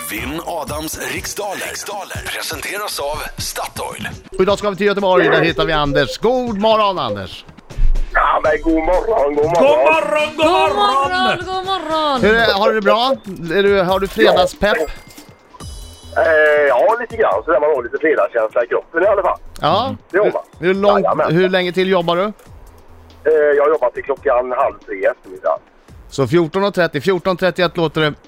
Vinn Adams riksdaler. Presenteras av Statoil. Idag ska vi till Göteborg, där hittar vi Anders. God morgon, Anders. Ja, men god morgon. God morgon! Har du det bra? Har du fredagspepp? Ja, lite grann. Så där man har lite fredagskänsla i kroppen i alla fall. Ja. Det jobbar. Hur länge till jobbar du? Jag jobbar till klockan 2:30 eftermiddag. Så 14.30. 14.31 låter det...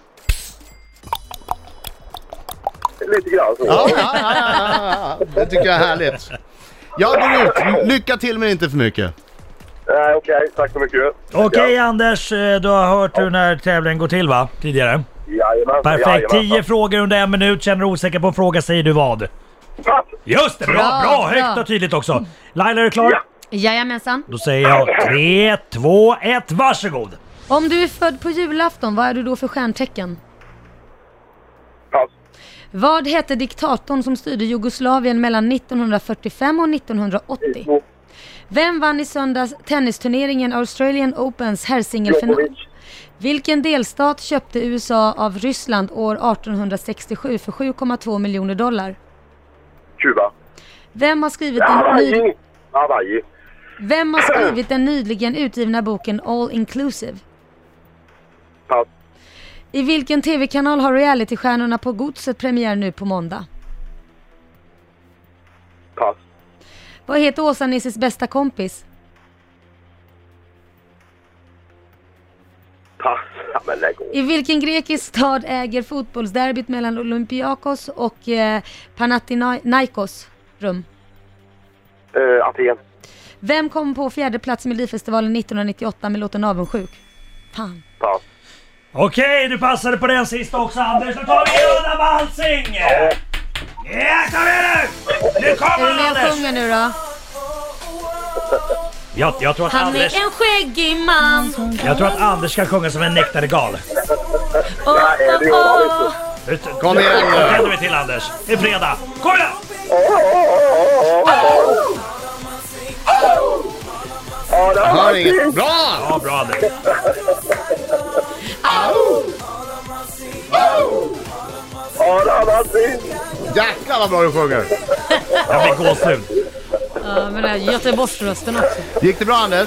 Lite grann så. Ja. Det tycker jag är härligt. Jag går ut. Lycka till, men inte för mycket. Nej, okej. Tack så mycket. Okej, Anders, du har hört hur den här tävlingen går till, va? Tidigare. Jajamän. Perfekt. 10 frågor under 1 minut. Känner du osäker på en fråga, säger du vad? Pass. Just det, bra. Högt och tydligt också. Laila, är du klar? Ja. Jajamensan. Då säger jag 3, 2, 1, varsågod. Om du är född på julafton, vad är du då för stjärntecken? Pass. Vad hette diktatorn som styrde Jugoslavien mellan 1945 och 1980? Vem vann i söndags tennisturneringen Australian Opens herrsingelfinal? Djokovic. Vilken delstat köpte USA av Ryssland år 1867 för 7,2 miljoner dollar? Kuba. Vem har skrivit Hawaii. Vem har skrivit den nyligen utgivna boken All Inclusive? Pass. I vilken tv-kanal har realitystjärnorna på Godset premiär nu på måndag? Pass. Vad heter Åsa Nisses bästa kompis? Pass. Ja, men lägg av. I vilken grekisk stad äger fotbollsderbyt mellan Olympiakos och Panathinaikos rum? Aten. Vem kom på 4:e plats i Melodifestivalen 1998 med låten Avundsjuk? Fan. Pass. Okej, du passade på den sista också, Anders. Då tar vi Adam Alsing! Ja, kom igen nu! Nu Är kommer du med och Anders! sjunger nu då? Jag tror att Han Anders... är en skäggig man. Jag tror att Anders ska sjunga som en nektargal. Kom igen nu. Då tänder vi till, Anders. Det är fredag. Kom igen! Ja, Jag hör inget. Bra! Ja, bra, Anders. Jäklar vad bra du sjunger. Jag blir gåshud. Ja, men det är Göteborgsrösten också. Gick det bra, Anders?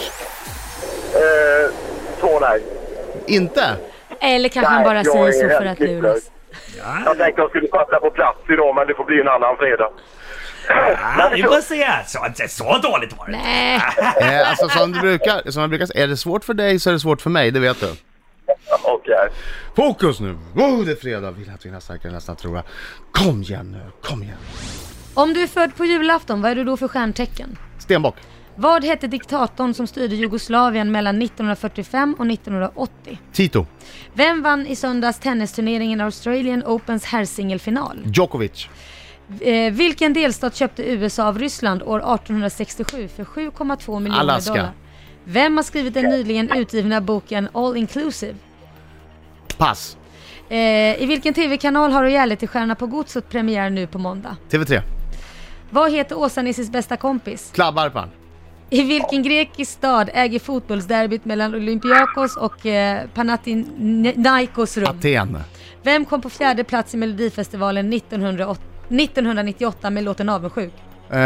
2 nej. Inte? Eller kanske han Nej, bara jag säger är så för helt att luras. Jag tänkte jag skulle passa på plats idag, men det får bli en annan fredag. Ja, vi får se. Så dåligt var det. Nej. Alltså som jag brukar säga, är det svårt för dig så är det svårt för mig, det vet du. Okej. Fokus nu! Det är fredag, vill att vinna starkare nästan, tror jag. Kom igen nu, kom igen. Om du är född på julafton, vad är du då för stjärntecken? Stenbock. Vad hette diktatorn som styrde Jugoslavien mellan 1945 och 1980? Tito. Vem vann i söndags tennisturneringen Australian Opens herrsingelfinal? Djokovic. Vilken delstat köpte USA av Ryssland år 1867 för 7,2 miljoner Alaska. dollar? Vem har skrivit den nyligen utgivna boken All Inclusive? Pass. I vilken tv-kanal har realitystjärna på Godset premiär nu på måndag? TV3. Vad heter Åsa Nisses bästa kompis? Klabbarpan. I vilken grekisk stad äger fotbollsderbyt mellan Olympiakos och Panathinaikos rum? Aten. Vem kom på 4:e plats i Melodifestivalen 1998 med låten Avundsjuk? Det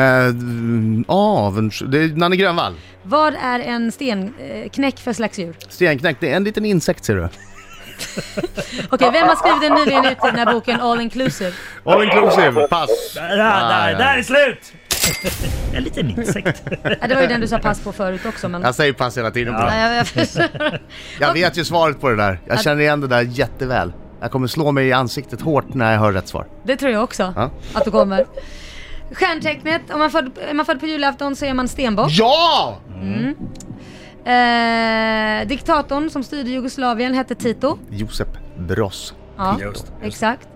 är Nanne Grönvall. Vad är en stenknäck för slags djur? Stenknäck, det är en liten insekt, ser du. Okej, vem har skrivit den nyligen utgivna boken All Inclusive? All inclusive, pass. Där är slut! En liten insekt. Ja, det var ju den du sa pass på förut också, men... Jag säger pass hela tiden på det. Ja, Jag vet ju svaret på det där. Jag känner igen det där jätteväl. Jag kommer slå mig i ansiktet hårt när jag hör rätt svar. det tror jag också, Ja. att du kommer. Stjärntecknet, om man född på julafton så är man stenbock. Ja! Diktatorn som styrde Jugoslavien hette Tito. Josep Broz. Ja, Just. exakt.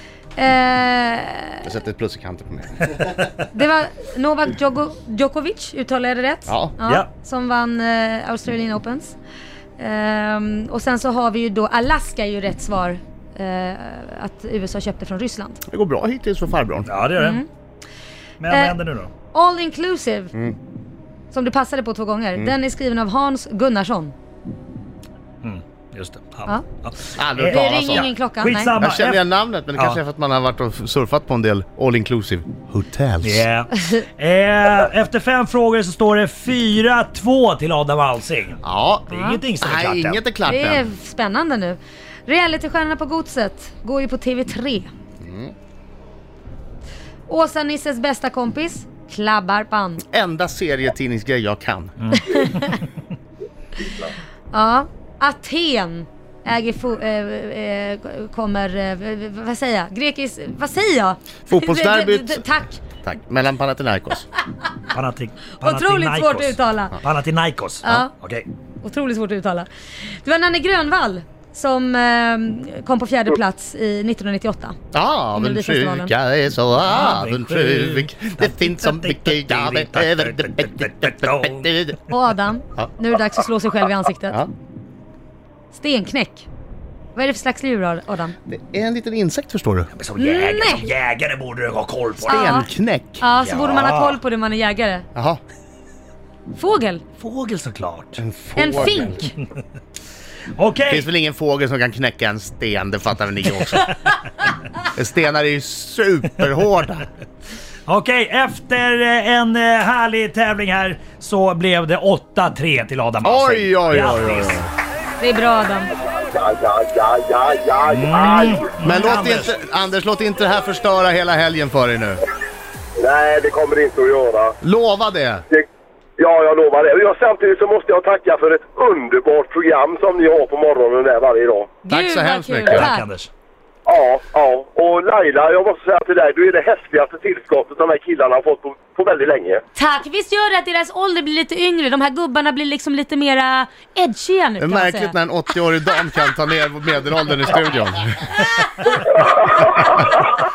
Jag sätter ett plus i kanten på mig. Det var Novak Djokovic, uttalar jag det rätt? Ja. Som vann Australian Opens. Och sen så har vi ju då Alaska, är ju rätt svar. Att USA köpte från Ryssland. Det går bra hittills för farbrorn. Ja, det gör det. Men vad händer nu då? All Inclusive, som du passade på 2 gånger, den är skriven av Hans Gunnarsson. Just det. Ja. Aldrig Det hört talas ringer om. ingen klocka. Nej. Skitsamma. Jag känner igen namnet, men det kanske är för att man har varit och surfat på en del all inclusive hotels. Yeah. Efter 5 frågor så står det 4-2 till Adam Alsing. Ja. Det är ingenting som är klart Nej, än. inget är klart Det är än. spännande nu. Realitystjärnorna på godset går ju på TV3. Åsa Nisses bästa kompis, klabbar band. Enda serietidningsgrej jag kan. Ja, Aten äger vad säger jag? Vad säger jag? Fotbollsderbyt. Tack. Tack. Mellan Panathinaikos. Otroligt svårt att uttala. Panathinaikos. Ja. Okej. Otroligt svårt att uttala. Det var Nanne Grönvall som kom på 4:e plats i 1998. Avundsjuka är så avundsjuk. Det finns så mycket jag behöver. Och Adam, Ja. nu är det dags att slå sig själv i ansiktet. Ja. Stenknäck. Vad är det för slags djur, Adam? Det är en liten insekt, förstår du. Som Nej. jägare borde du ha koll på. Stenknäck. Ja, så borde man ha koll på det man är jägare. Jaha. Fågel. Fågel såklart. En fink. Okej. Det finns väl ingen fågel som kan knäcka en sten, det fattar väl ni också. Stenar är ju superhårda. Okej, efter en härlig tävling här så blev det 8-3 till Adam Alsing. Oj, oj, oj, oj. Grattis. Det är bra, Adam. Men Anders, låt inte det här förstöra hela helgen för dig nu. Nej, det kommer det inte att göra. Lova det. Ja, jag lovar det. Samtidigt så måste jag tacka för ett underbart program som ni har på morgonen där varje dag. Tack Gud, så vad hemskt kul. mycket. Tack Tack. Anders. Ja. Och Laila, jag måste säga till dig, du är det häftigaste tillskottet de här killarna har fått på väldigt länge. Tack, visst gör det att deras ålder blir lite yngre. De här gubbarna blir liksom lite mera edgiga nu, Det är kan man märkligt säga. när en 80-årig dam kan ta ner medelåldern i studion.